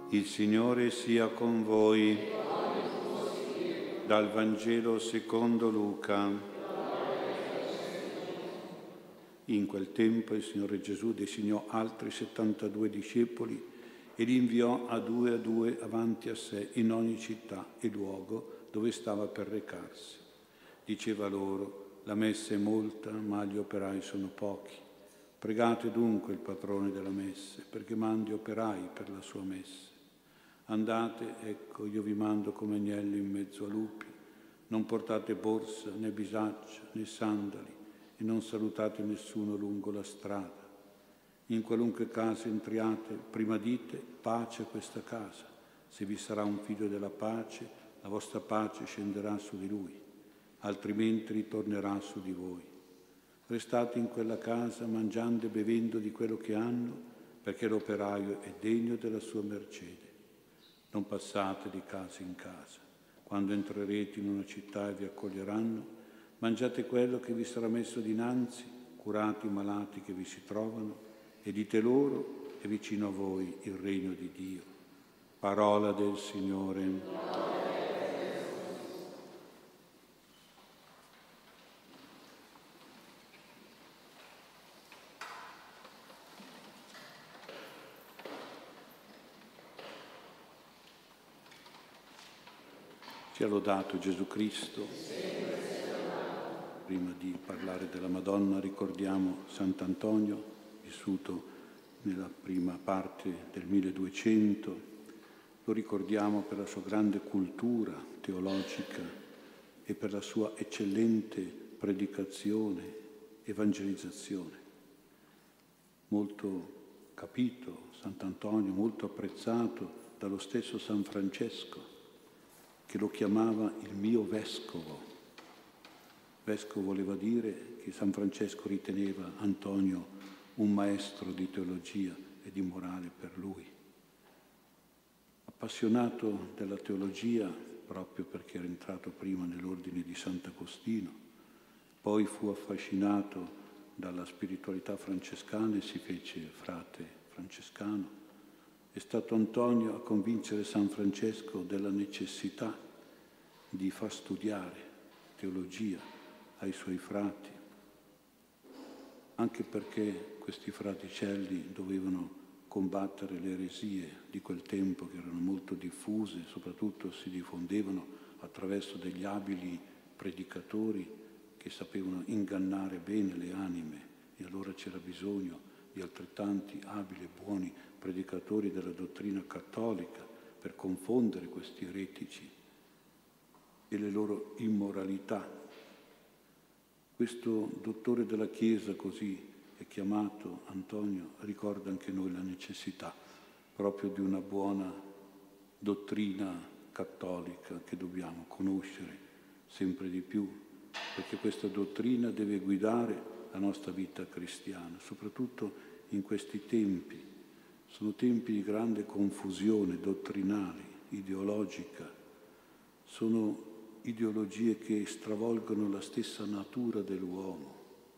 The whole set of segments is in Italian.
Il Signore sia con voi. Dal Vangelo secondo Luca. In quel tempo il Signore Gesù designò altri 72 discepoli e li inviò a due avanti a sé in ogni città e luogo dove stava per recarsi. Diceva loro: la messa è molta, ma gli operai sono pochi. Pregate dunque il padrone della messe, perché mandi operai per la sua messa. Andate, ecco, io vi mando come agnelli in mezzo a lupi. Non portate borsa, né bisaccia, né sandali, e non salutate nessuno lungo la strada. In qualunque casa entriate, prima dite: pace a questa casa. Se vi sarà un figlio della pace, la vostra pace scenderà su di lui, altrimenti ritornerà su di voi. Restate in quella casa mangiando e bevendo di quello che hanno, perché l'operaio è degno della sua mercede. Non passate di casa in casa. Quando entrerete in una città e vi accoglieranno, mangiate quello che vi sarà messo dinanzi, curate i malati che vi si trovano e dite loro: è vicino a voi il regno di Dio. Parola del Signore. Sia lodato Gesù Cristo. Prima di parlare della Madonna ricordiamo Sant'Antonio, vissuto nella prima parte del 1200. Lo ricordiamo per la sua grande cultura teologica e per la sua eccellente predicazione, evangelizzazione. Molto capito Sant'Antonio, molto apprezzato dallo stesso San Francesco, che lo chiamava il mio vescovo. Vescovo voleva dire che San Francesco riteneva Antonio un maestro di teologia e di morale per lui. Appassionato della teologia, proprio perché era entrato prima nell'ordine di Sant'Agostino, poi fu affascinato dalla spiritualità francescana e si fece frate francescano. È stato Antonio a convincere San Francesco della necessità di far studiare teologia ai suoi frati, anche perché questi fraticelli dovevano combattere le eresie di quel tempo, che erano molto diffuse, soprattutto si diffondevano attraverso degli abili predicatori che sapevano ingannare bene le anime, e allora c'era bisogno di altrettanti abili e buoni predicatori della dottrina cattolica per confondere questi eretici e le loro immoralità. Questo dottore della Chiesa, così è chiamato Antonio, ricorda anche noi la necessità proprio di una buona dottrina cattolica che dobbiamo conoscere sempre di più, perché questa dottrina deve guidare la nostra vita cristiana, soprattutto in questi tempi. Sono tempi di grande confusione dottrinale, ideologica. Sono ideologie che stravolgono la stessa natura dell'uomo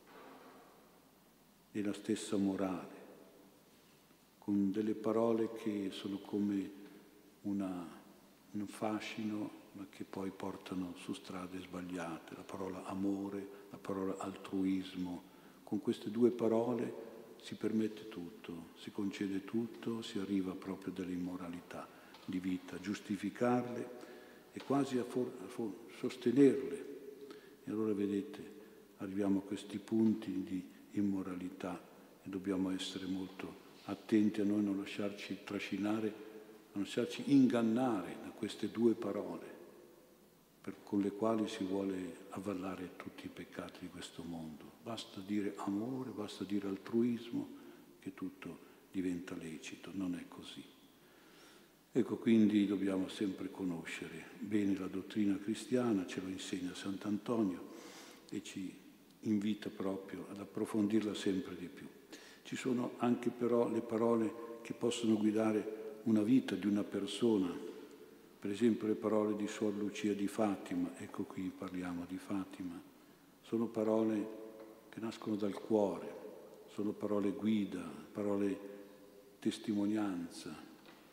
e la stessa morale, con delle parole che sono come un fascino, ma che poi portano su strade sbagliate. La parola amore, la parola altruismo. Con queste due parole si permette tutto, si concede tutto, si arriva proprio dall'immoralità di vita, giustificarle e quasi a sostenerle. E allora vedete, arriviamo a questi punti di immoralità e dobbiamo essere molto attenti a noi non lasciarci trascinare, non lasciarci ingannare da queste due parole con le quali si vuole avvallare tutti i peccati di questo mondo. Basta dire amore, basta dire altruismo, che tutto diventa lecito. Non è così. Ecco, quindi dobbiamo sempre conoscere bene la dottrina cristiana, ce lo insegna Sant'Antonio e ci invita proprio ad approfondirla sempre di più. Ci sono anche però le parole che possono guidare una vita di una persona. Per esempio le parole di Suor Lucia di Fatima, ecco qui parliamo di Fatima, sono parole che nascono dal cuore, sono parole guida, parole testimonianza,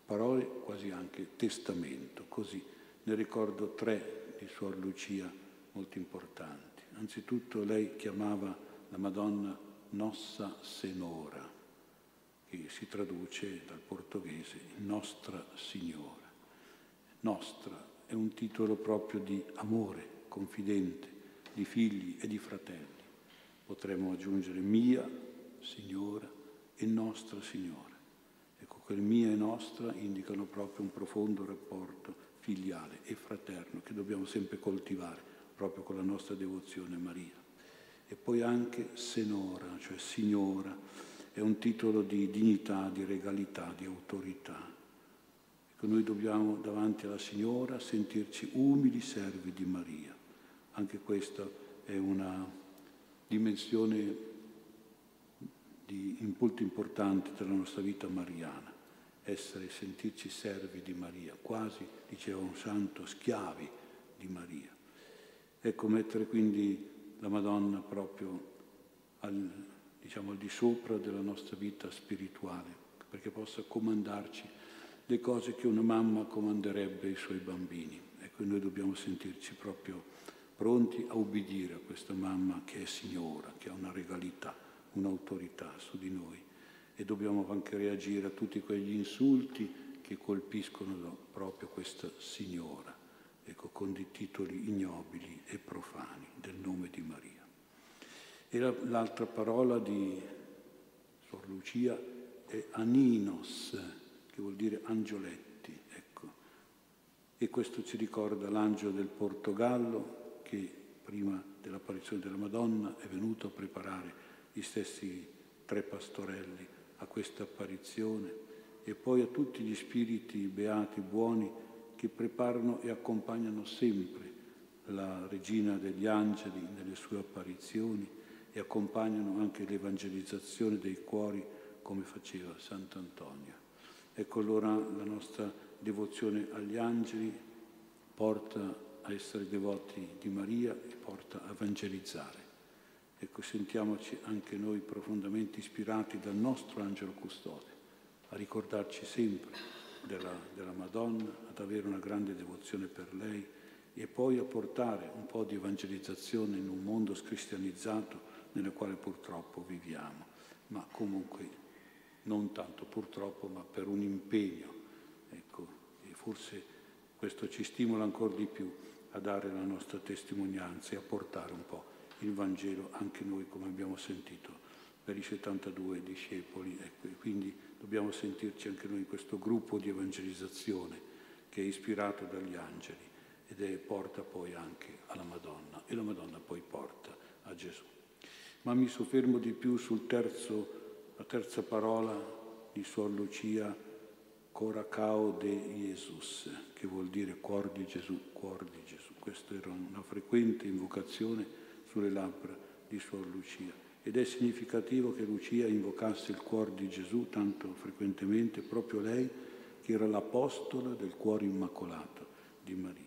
parole quasi anche testamento. Così ne ricordo 3 di Suor Lucia molto importanti. Anzitutto lei chiamava la Madonna Nossa Senhora, che si traduce dal portoghese Nostra Signora. Nostra è un titolo proprio di amore confidente, di figli e di fratelli. Potremmo aggiungere mia Signora e Nostra Signora. Ecco, quel mia e nostra indicano proprio un profondo rapporto filiale e fraterno che dobbiamo sempre coltivare proprio con la nostra devozione a Maria. E poi anche Senora, cioè Signora, è un titolo di dignità, di regalità, di autorità. Ecco, noi dobbiamo davanti alla Signora sentirci umili servi di Maria. Anche questa è una dimensione molto importante della nostra vita mariana, sentirci servi di Maria, quasi, diceva un santo, schiavi di Maria. Ecco, mettere quindi la Madonna proprio al di sopra della nostra vita spirituale, perché possa comandarci le cose che una mamma comanderebbe ai suoi bambini. Ecco, noi dobbiamo sentirci proprio pronti a ubbidire a questa mamma che è Signora, che ha una regalità, un'autorità su di noi, e dobbiamo anche reagire a tutti quegli insulti che colpiscono proprio questa Signora, ecco, con dei titoli ignobili e profani del nome di Maria. E l'altra parola di Suor Lucia è Aninos, che vuol dire angioletti, ecco. E questo ci ricorda l'angelo del Portogallo che prima dell'apparizione della Madonna è venuto a preparare gli stessi 3 pastorelli a questa apparizione, e poi a tutti gli spiriti beati, buoni, che preparano e accompagnano sempre la Regina degli Angeli nelle sue apparizioni e accompagnano anche l'evangelizzazione dei cuori come faceva Sant'Antonio. Ecco, allora la nostra devozione agli angeli porta a essere devoti di Maria e porta a evangelizzare. Ecco, sentiamoci anche noi profondamente ispirati dal nostro angelo custode, a ricordarci sempre della Madonna, ad avere una grande devozione per lei e poi a portare un po' di evangelizzazione in un mondo scristianizzato nel quale purtroppo viviamo, ma comunque non tanto purtroppo, ma per un impegno. Ecco, e forse questo ci stimola ancora di più a dare la nostra testimonianza e a portare un po' il Vangelo anche noi, come abbiamo sentito per i 72 discepoli. Ecco, e quindi dobbiamo sentirci anche noi in questo gruppo di evangelizzazione che è ispirato dagli angeli ed porta poi anche alla Madonna, e la Madonna poi porta a Gesù. Ma mi soffermo di più sul la terza parola di Suor Lucia, Coracao de Jesus, che vuol dire cuor di Gesù, cuor di Gesù. Questa era una frequente invocazione sulle labbra di Suor Lucia. Ed è significativo che Lucia invocasse il cuor di Gesù tanto frequentemente, proprio lei che era l'apostola del cuore immacolato di Maria.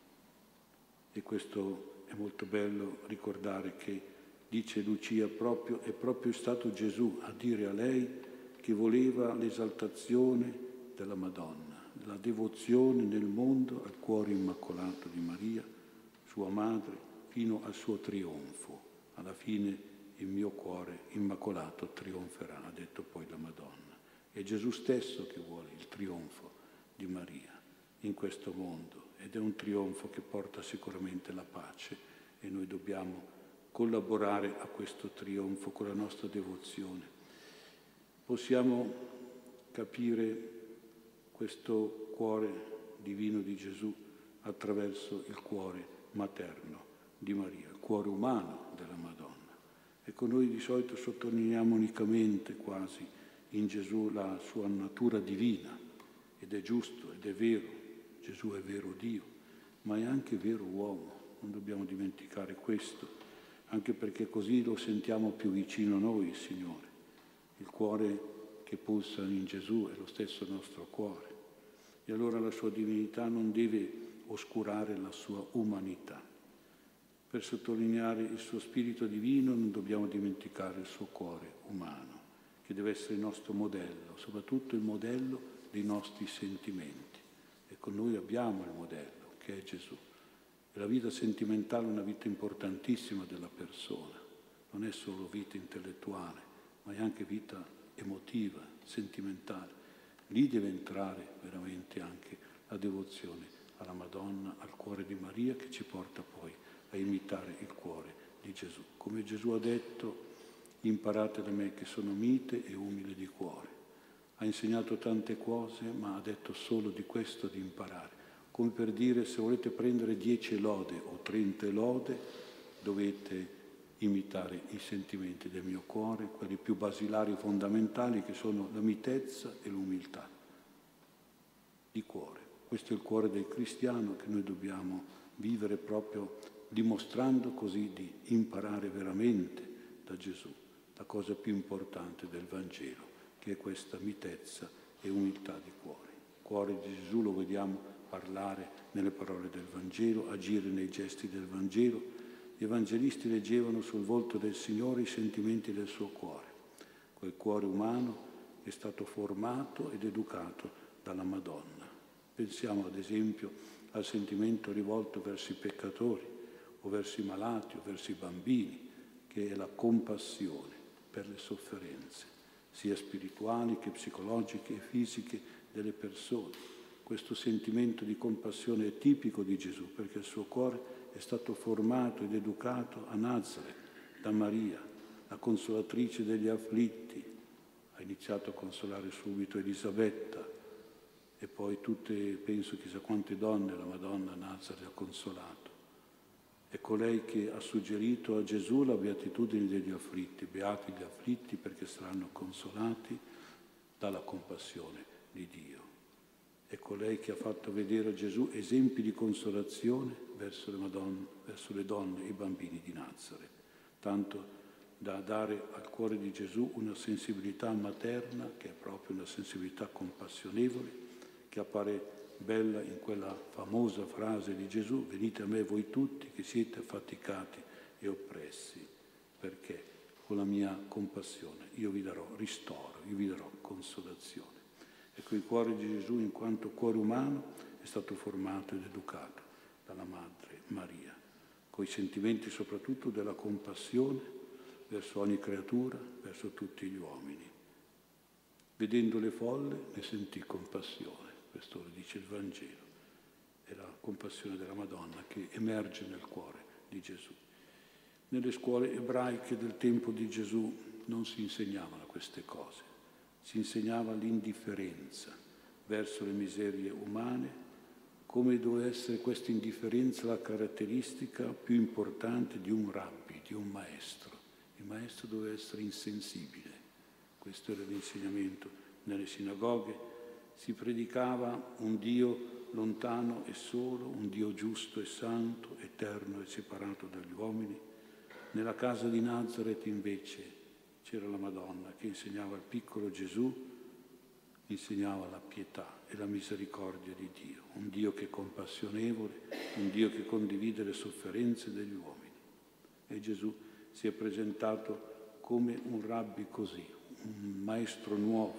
E questo è molto bello ricordare che, dice Lucia, è proprio stato Gesù a dire a lei che voleva l'esaltazione della Madonna, la devozione nel mondo al cuore immacolato di Maria, sua madre, fino al suo trionfo. Alla fine il mio cuore immacolato trionferà, ha detto poi la Madonna. È Gesù stesso che vuole il trionfo di Maria in questo mondo, ed è un trionfo che porta sicuramente la pace, e noi dobbiamo collaborare a questo trionfo con la nostra devozione. Possiamo capire questo cuore divino di Gesù attraverso il cuore materno di Maria, il cuore umano della Madonna. Ecco, noi di solito sottolineiamo unicamente quasi in Gesù la sua natura divina, ed è giusto ed è vero, Gesù è vero Dio, ma è anche vero uomo, non dobbiamo dimenticare questo, anche perché così lo sentiamo più vicino a noi, il Signore. Il cuore che pulsa in Gesù è lo stesso nostro cuore, e allora la sua divinità non deve oscurare la sua umanità. Per sottolineare il suo spirito divino non dobbiamo dimenticare il suo cuore umano, che deve essere il nostro modello, soprattutto il modello dei nostri sentimenti. Ecco, noi abbiamo il modello, che è Gesù. E la vita sentimentale è una vita importantissima della persona. Non è solo vita intellettuale, ma è anche vita emotiva, sentimentale. Lì deve entrare veramente anche la devozione alla Madonna, al cuore di Maria, che ci porta poi a imitare il cuore di Gesù. Come Gesù ha detto: imparate da me che sono mite e umile di cuore. Ha insegnato tante cose, ma ha detto solo di questo di imparare. Come per dire, se volete prendere 10 lode o 30 lode, dovete imitare i sentimenti del mio cuore, quelli più basilari e fondamentali, che sono la mitezza e l'umiltà di cuore. Questo è il cuore del cristiano che noi dobbiamo vivere proprio dimostrando così di imparare veramente da Gesù la cosa più importante del Vangelo, che è questa mitezza e umiltà di cuore. Il cuore di Gesù lo vediamo parlare nelle parole del Vangelo, agire nei gesti del Vangelo. Gli evangelisti leggevano sul volto del Signore i sentimenti del suo cuore, quel cuore umano che è stato formato ed educato dalla Madonna. Pensiamo ad esempio al sentimento rivolto verso i peccatori, o verso i malati, o verso i bambini, che è la compassione per le sofferenze, sia spirituali che psicologiche e fisiche delle persone. Questo sentimento di compassione è tipico di Gesù, perché il suo cuore è stato formato ed educato a Nazareth da Maria, la consolatrice degli afflitti. Ha iniziato a consolare subito Elisabetta e poi tutte, penso chissà quante donne la Madonna a Nazareth ha consolato. È colei che ha suggerito a Gesù la beatitudine degli afflitti. Beati gli afflitti perché saranno consolati dalla compassione di Dio. È colei che ha fatto vedere a Gesù esempi di consolazione verso le Madonne, verso le donne e i bambini di Nazareth, tanto da dare al cuore di Gesù una sensibilità materna che è proprio una sensibilità compassionevole, che appare bella in quella famosa frase di Gesù: venite a me voi tutti che siete affaticati e oppressi, perché con la mia compassione io vi darò ristoro, io vi darò consolazione. Ecco, il cuore di Gesù, in quanto cuore umano, è stato formato ed educato dalla Madre Maria, con i sentimenti soprattutto della compassione verso ogni creatura, verso tutti gli uomini. Vedendo le folle ne sentì compassione. Questo lo dice il Vangelo, è la compassione della Madonna che emerge nel cuore di Gesù. Nelle scuole ebraiche del tempo di Gesù non si insegnavano queste cose, si insegnava l'indifferenza verso le miserie umane, come doveva essere questa indifferenza la caratteristica più importante di un rabbi, di un maestro. Il maestro doveva essere insensibile, questo era l'insegnamento nelle sinagoghe. Si predicava un Dio lontano e solo, un Dio giusto e santo, eterno e separato dagli uomini. Nella casa di Nazareth invece c'era la Madonna che insegnava al piccolo Gesù, insegnava la pietà e la misericordia di Dio, un Dio che è compassionevole, un Dio che condivide le sofferenze degli uomini. E Gesù si è presentato come un rabbi così, un maestro nuovo,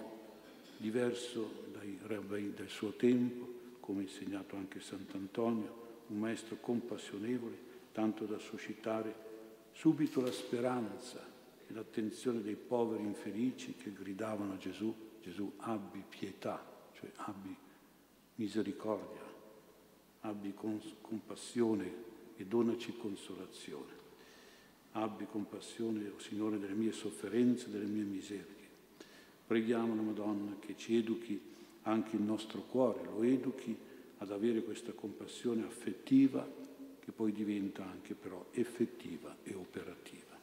diverso dai rabbi del suo tempo, come ha insegnato anche Sant'Antonio, un maestro compassionevole, tanto da suscitare subito la speranza e l'attenzione dei poveri infelici che gridavano a Gesù: Gesù, abbi pietà, cioè abbi misericordia, abbi compassione e donaci consolazione. Abbi compassione, o Signore, delle mie sofferenze, delle mie miserie. Preghiamo la Madonna che ci educhi anche il nostro cuore, lo educhi ad avere questa compassione affettiva che poi diventa anche però effettiva e operativa.